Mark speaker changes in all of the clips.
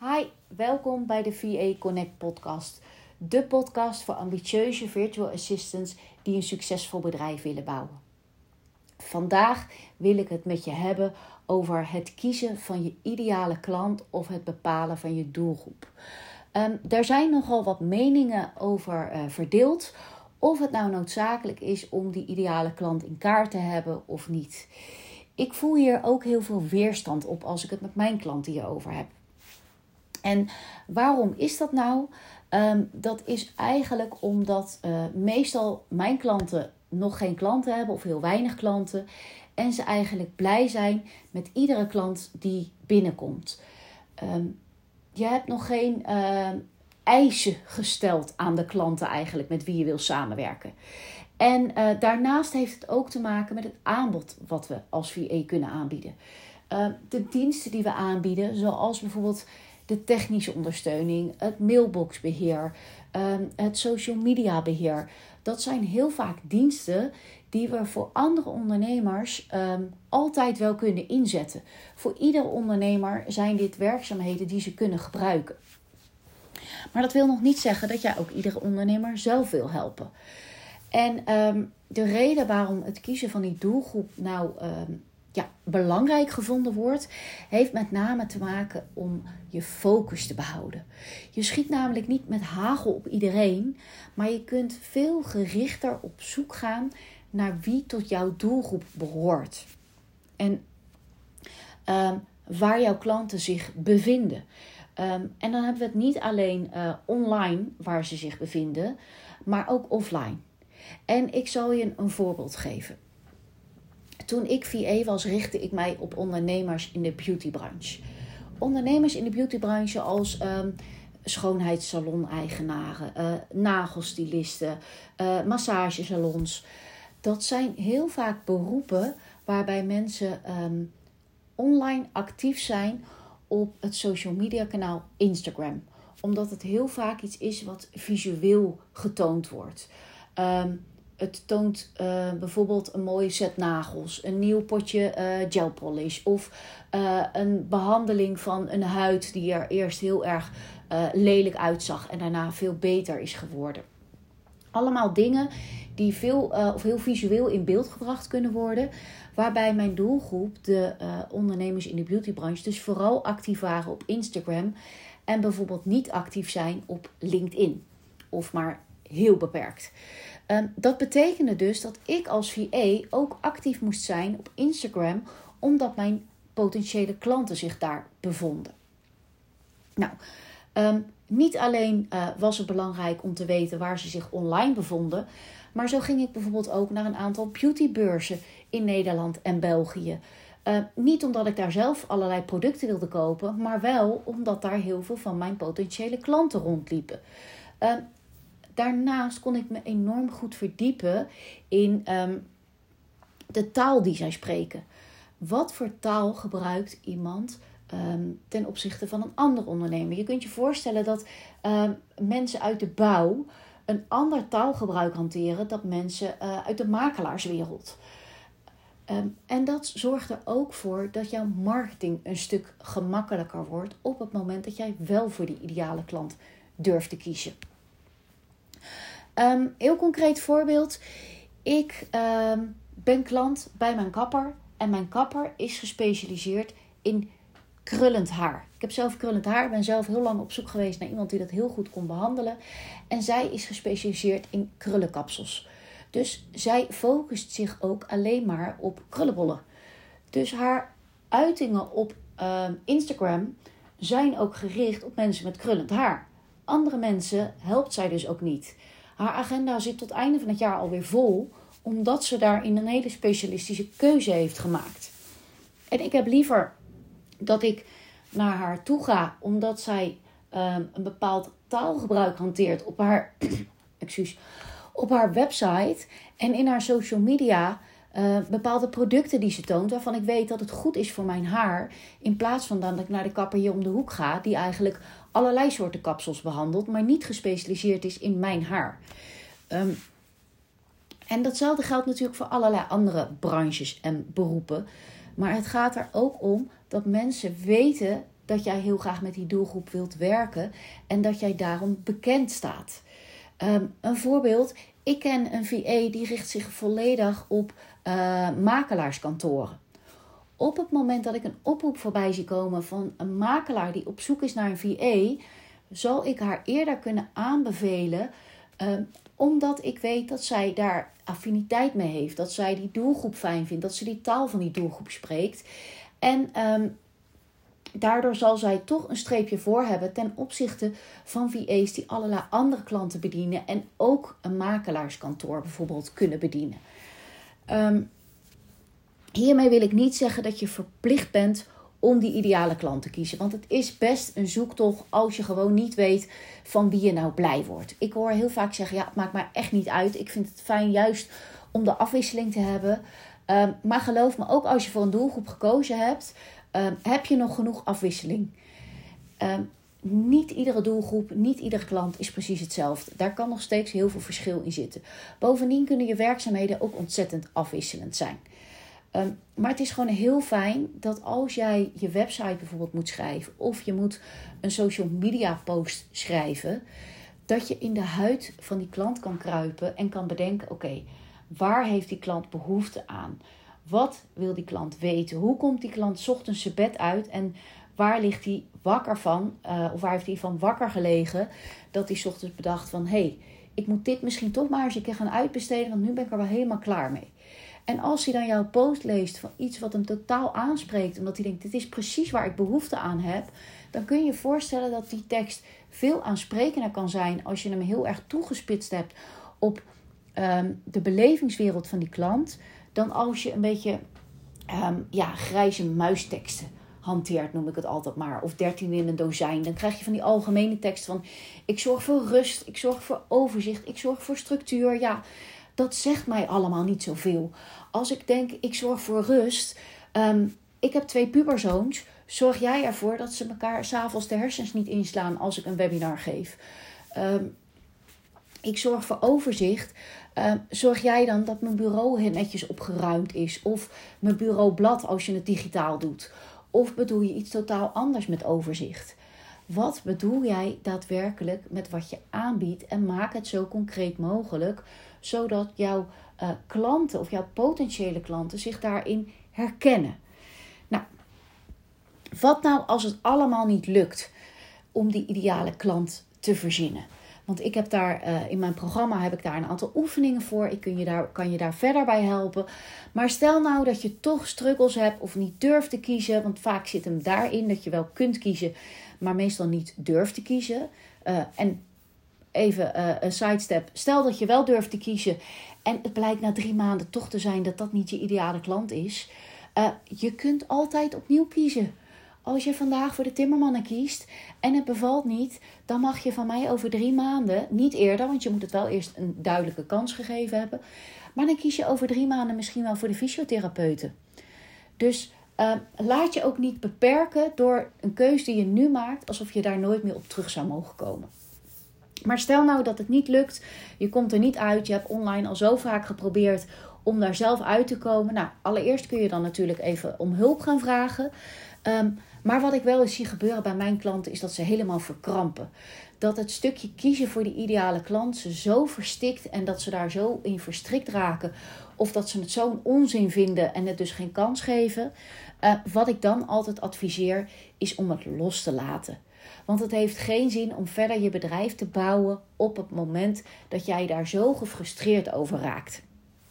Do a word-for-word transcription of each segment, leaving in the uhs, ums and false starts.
Speaker 1: Hi, welkom bij de V A Connect podcast. De podcast voor ambitieuze virtual assistants die een succesvol bedrijf willen bouwen. Vandaag wil ik het met je hebben over het kiezen van je ideale klant of het bepalen van je doelgroep. Um, er zijn nogal wat meningen over uh, verdeeld of het nou noodzakelijk is om die ideale klant in kaart te hebben of niet. Ik voel hier ook heel veel weerstand op als ik het met mijn klanten hierover heb. En waarom is dat nou? Um, dat is eigenlijk omdat uh, meestal mijn klanten nog geen klanten hebben of heel weinig klanten. En ze eigenlijk blij zijn met iedere klant die binnenkomt. Um, je hebt nog geen uh, eisen gesteld aan de klanten eigenlijk met wie je wil samenwerken. En uh, daarnaast heeft het ook te maken met het aanbod wat we als V A kunnen aanbieden. Uh, de diensten die we aanbieden, zoals bijvoorbeeld de technische ondersteuning, het mailboxbeheer, um, het social media beheer. Dat zijn heel vaak diensten die we voor andere ondernemers um, altijd wel kunnen inzetten. Voor iedere ondernemer zijn dit werkzaamheden die ze kunnen gebruiken. Maar dat wil nog niet zeggen dat jij ook iedere ondernemer zelf wil helpen. En um, de reden waarom het kiezen van die doelgroep nou um, ja, belangrijk gevonden wordt, heeft met name te maken om je focus te behouden. Je schiet namelijk niet met hagel op iedereen, maar je kunt veel gerichter op zoek gaan naar wie tot jouw doelgroep behoort. En um, waar jouw klanten zich bevinden. Um, en dan hebben we het niet alleen uh, online waar ze zich bevinden, maar ook offline. En ik zal je een voorbeeld geven. Toen ik V A was, richtte ik mij op ondernemers in de beautybranche. Ondernemers in de beautybranche als um, schoonheidssalon-eigenaren, uh, nagelstylisten, uh, massagesalons. Dat zijn heel vaak beroepen waarbij mensen um, online actief zijn op het social media kanaal Instagram. Omdat het heel vaak iets is wat visueel getoond wordt. Um, Het toont uh, bijvoorbeeld een mooie set nagels, een nieuw potje uh, gel polish of uh, een behandeling van een huid die er eerst heel erg uh, lelijk uitzag en daarna veel beter is geworden. Allemaal dingen die veel uh, of heel visueel in beeld gebracht kunnen worden, waarbij mijn doelgroep, de uh, ondernemers in de beautybranche, dus vooral actief waren op Instagram en bijvoorbeeld niet actief zijn op LinkedIn of maar heel beperkt. Um, dat betekende dus dat ik als V A ook actief moest zijn op Instagram, omdat mijn potentiële klanten zich daar bevonden. Nou, um, niet alleen uh, was het belangrijk om te weten waar ze zich online bevonden, maar zo ging ik bijvoorbeeld ook naar een aantal beautybeurzen in Nederland en België. Uh, niet omdat ik daar zelf allerlei producten wilde kopen, maar wel omdat daar heel veel van mijn potentiële klanten rondliepen. Uh, Daarnaast kon ik me enorm goed verdiepen in um, de taal die zij spreken. Wat voor taal gebruikt iemand um, ten opzichte van een ander ondernemer? Je kunt je voorstellen dat um, mensen uit de bouw een ander taalgebruik hanteren dan mensen uh, uit de makelaarswereld. Um, en dat zorgt er ook voor dat jouw marketing een stuk gemakkelijker wordt op het moment dat jij wel voor die ideale klant durft te kiezen. Um, heel concreet voorbeeld. Ik um, ben klant bij mijn kapper. En mijn kapper is gespecialiseerd in krullend haar. Ik heb zelf krullend haar. Ik ben zelf heel lang op zoek geweest naar iemand die dat heel goed kon behandelen. En zij is gespecialiseerd in krullenkapsels. Dus zij focust zich ook alleen maar op krullenbollen. Dus haar uitingen op um, Instagram zijn ook gericht op mensen met krullend haar. Andere mensen helpt zij dus ook niet. Haar agenda zit tot het einde van het jaar alweer vol, omdat ze daarin een hele specialistische keuze heeft gemaakt. En ik heb liever dat ik naar haar toe ga, omdat zij um, een bepaald taalgebruik hanteert op haar, excuus, op haar website en in haar social media uh, bepaalde producten die ze toont, waarvan ik weet dat het goed is voor mijn haar, in plaats van dat ik naar de kapper hier om de hoek ga, die eigenlijk allerlei soorten kapsels behandelt, maar niet gespecialiseerd is in mijn haar. Um, en datzelfde geldt natuurlijk voor allerlei andere branches en beroepen. Maar het gaat er ook om dat mensen weten dat jij heel graag met die doelgroep wilt werken en dat jij daarom bekend staat. Um, een voorbeeld, ik ken een V A die richt zich volledig op uh, makelaarskantoren. Op het moment dat ik een oproep voorbij zie komen van een makelaar die op zoek is naar een V A, zal ik haar eerder kunnen aanbevelen, um, omdat ik weet dat zij daar affiniteit mee heeft, dat zij die doelgroep fijn vindt, dat ze die taal van die doelgroep spreekt. En um, daardoor zal zij toch een streepje voor hebben ten opzichte van V A's die allerlei andere klanten bedienen en ook een makelaarskantoor bijvoorbeeld kunnen bedienen. Um, hiermee wil ik niet zeggen dat je verplicht bent om die ideale klant te kiezen. Want het is best een zoektocht als je gewoon niet weet van wie je nou blij wordt. Ik hoor heel vaak zeggen, ja, het maakt mij echt niet uit. Ik vind het fijn juist om de afwisseling te hebben. Um, maar geloof me, ook als je voor een doelgroep gekozen hebt, um, heb je nog genoeg afwisseling. Um, niet iedere doelgroep, niet iedere klant is precies hetzelfde. Daar kan nog steeds heel veel verschil in zitten. Bovendien kunnen je werkzaamheden ook ontzettend afwisselend zijn. Um, maar het is gewoon heel fijn dat als jij je website bijvoorbeeld moet schrijven of je moet een social media post schrijven, dat je in de huid van die klant kan kruipen en kan bedenken, oké, okay, waar heeft die klant behoefte aan? Wat wil die klant weten? Hoe komt die klant 's ochtends zijn bed uit en waar ligt hij wakker van? Uh, of waar heeft hij van wakker gelegen dat hij 's ochtends bedacht van, hé, hey, ik moet dit misschien toch maar eens een keer gaan uitbesteden, want nu ben ik er wel helemaal klaar mee. En als hij dan jouw post leest van iets wat hem totaal aanspreekt, omdat hij denkt, dit is precies waar ik behoefte aan heb, dan kun je je voorstellen dat die tekst veel aansprekender kan zijn als je hem heel erg toegespitst hebt op um, de belevingswereld van die klant, dan als je een beetje um, ja, grijze muisteksten hanteert, noem ik het altijd maar, of dertien in een dozijn. Dan krijg je van die algemene tekst van, ik zorg voor rust, ik zorg voor overzicht, ik zorg voor structuur, ja. Dat zegt mij allemaal niet zoveel. Als ik denk, ik zorg voor rust. Um, ik heb twee puberzoons. Zorg jij ervoor dat ze elkaar 's avonds de hersens niet inslaan als ik een webinar geef? Um, ik zorg voor overzicht. Um, zorg jij dan dat mijn bureau netjes opgeruimd is? Of mijn bureaublad als je het digitaal doet? Of bedoel je iets totaal anders met overzicht? Wat bedoel jij daadwerkelijk met wat je aanbiedt? En maak het zo concreet mogelijk, zodat jouw uh, klanten of jouw potentiële klanten zich daarin herkennen. Nou, wat nou als het allemaal niet lukt om die ideale klant te verzinnen? Want ik heb daar uh, in mijn programma heb ik daar een aantal oefeningen voor. Ik kun je daar, kan je daar verder bij helpen. Maar stel nou dat je toch struggles hebt of niet durft te kiezen. Want vaak zit hem daarin dat je wel kunt kiezen, maar meestal niet durft te kiezen. Uh, en even uh, een sidestep. Stel dat je wel durft te kiezen en het blijkt na drie maanden toch te zijn dat dat niet je ideale klant is. Uh, je kunt altijd opnieuw kiezen. Als je vandaag voor de timmermannen kiest en het bevalt niet, dan mag je van mij over drie maanden, niet eerder, want je moet het wel eerst een duidelijke kans gegeven hebben, maar dan kies je over drie maanden misschien wel voor de fysiotherapeuten. Dus uh, laat je ook niet beperken door een keuze die je nu maakt, alsof je daar nooit meer op terug zou mogen komen. Maar stel nou dat het niet lukt, je komt er niet uit, je hebt online al zo vaak geprobeerd om daar zelf uit te komen. Nou, allereerst kun je dan natuurlijk even om hulp gaan vragen. Um, maar wat ik wel eens zie gebeuren bij mijn klanten is dat ze helemaal verkrampen. Dat het stukje kiezen voor die ideale klant ze zo verstikt en dat ze daar zo in verstrikt raken. Of dat ze het zo'n onzin vinden en het dus geen kans geven. Uh, wat ik dan altijd adviseer is om het los te laten. Want het heeft geen zin om verder je bedrijf te bouwen op het moment dat jij daar zo gefrustreerd over raakt.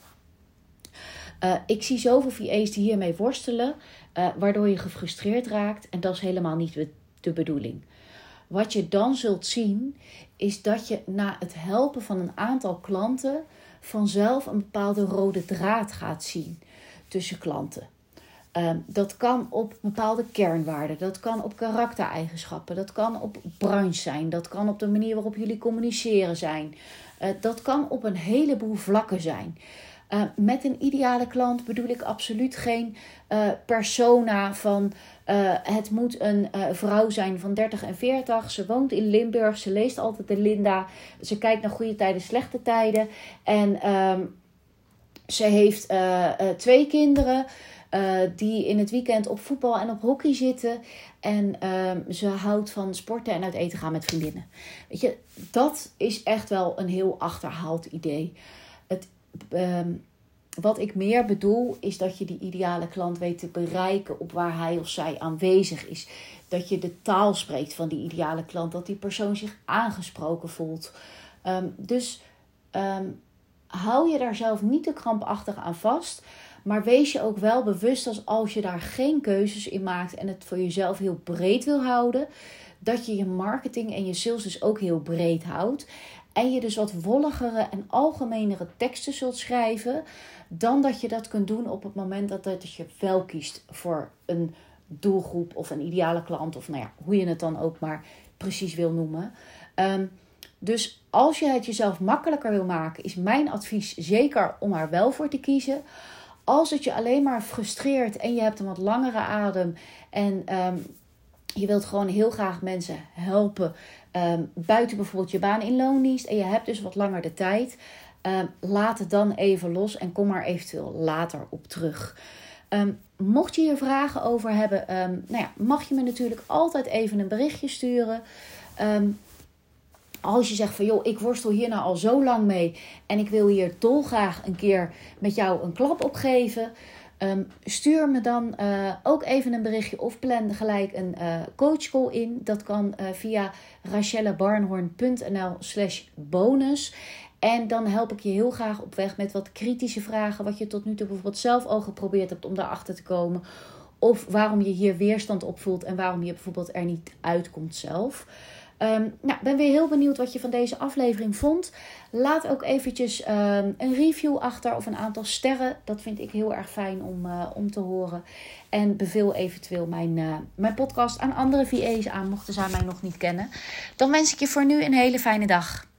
Speaker 1: Uh, ik zie zoveel V A's die hiermee worstelen, uh, waardoor je gefrustreerd raakt en dat is helemaal niet de bedoeling. Wat je dan zult zien, is dat je na het helpen van een aantal klanten vanzelf een bepaalde rode draad gaat zien tussen klanten. Um, dat kan op bepaalde kernwaarden, dat kan op karaktereigenschappen, dat kan op branche zijn, dat kan op de manier waarop jullie communiceren zijn. Uh, dat kan op een heleboel vlakken zijn. Uh, met een ideale klant bedoel ik absoluut geen uh, persona van uh, het moet een uh, vrouw zijn van dertig en veertig. Ze woont in Limburg, ze leest altijd de Linda, ze kijkt naar goede tijden, slechte tijden en um, ze heeft uh, uh, twee kinderen. Uh, die in het weekend op voetbal en op hockey zitten. En uh, ze houdt van sporten en uit eten gaan met vriendinnen. Weet je, dat is echt wel een heel achterhaald idee. Het, uh, wat ik meer bedoel is dat je die ideale klant weet te bereiken op waar hij of zij aanwezig is. Dat je de taal spreekt van die ideale klant. Dat die persoon zich aangesproken voelt. Um, dus um, hou je daar zelf niet te krampachtig aan vast. Maar wees je ook wel bewust als als je daar geen keuzes in maakt. En het voor jezelf heel breed wil houden. Dat je je marketing en je sales dus ook heel breed houdt. En je dus wat wolligere en algemenere teksten zult schrijven. Dan dat je dat kunt doen op het moment dat, dat je wel kiest voor een doelgroep of een ideale klant. Of nou ja, hoe je het dan ook maar precies wil noemen. Um, dus als je het jezelf makkelijker wil maken, is mijn advies zeker om er wel voor te kiezen. Als het je alleen maar frustreert en je hebt een wat langere adem en um, je wilt gewoon heel graag mensen helpen um, buiten bijvoorbeeld je baan in loondienst en je hebt dus wat langer de tijd, um, laat het dan even los en kom er eventueel later op terug. Um, mocht je hier vragen over hebben, um, nou ja, mag je me natuurlijk altijd even een berichtje sturen. Um, Als je zegt van joh, ik worstel hier nou al zo lang mee en ik wil hier dolgraag een keer met jou een klap op geven. Um, stuur me dan uh, ook even een berichtje of plan gelijk een uh, coachcall in. Dat kan uh, via rachellebarnhoorn.nl slash bonus. En dan help ik je heel graag op weg met wat kritische vragen. Wat je tot nu toe bijvoorbeeld zelf al geprobeerd hebt om daarachter te komen. Of waarom je hier weerstand op voelt en waarom je bijvoorbeeld er niet uitkomt zelf. Um, nou, ben weer heel benieuwd wat je van deze aflevering vond. Laat ook eventjes um, een review achter of een aantal sterren. Dat vind ik heel erg fijn om, uh, om te horen. En beveel eventueel mijn, uh, mijn podcast aan andere V A's aan, mochten zij mij nog niet kennen. Dan wens ik je voor nu een hele fijne dag.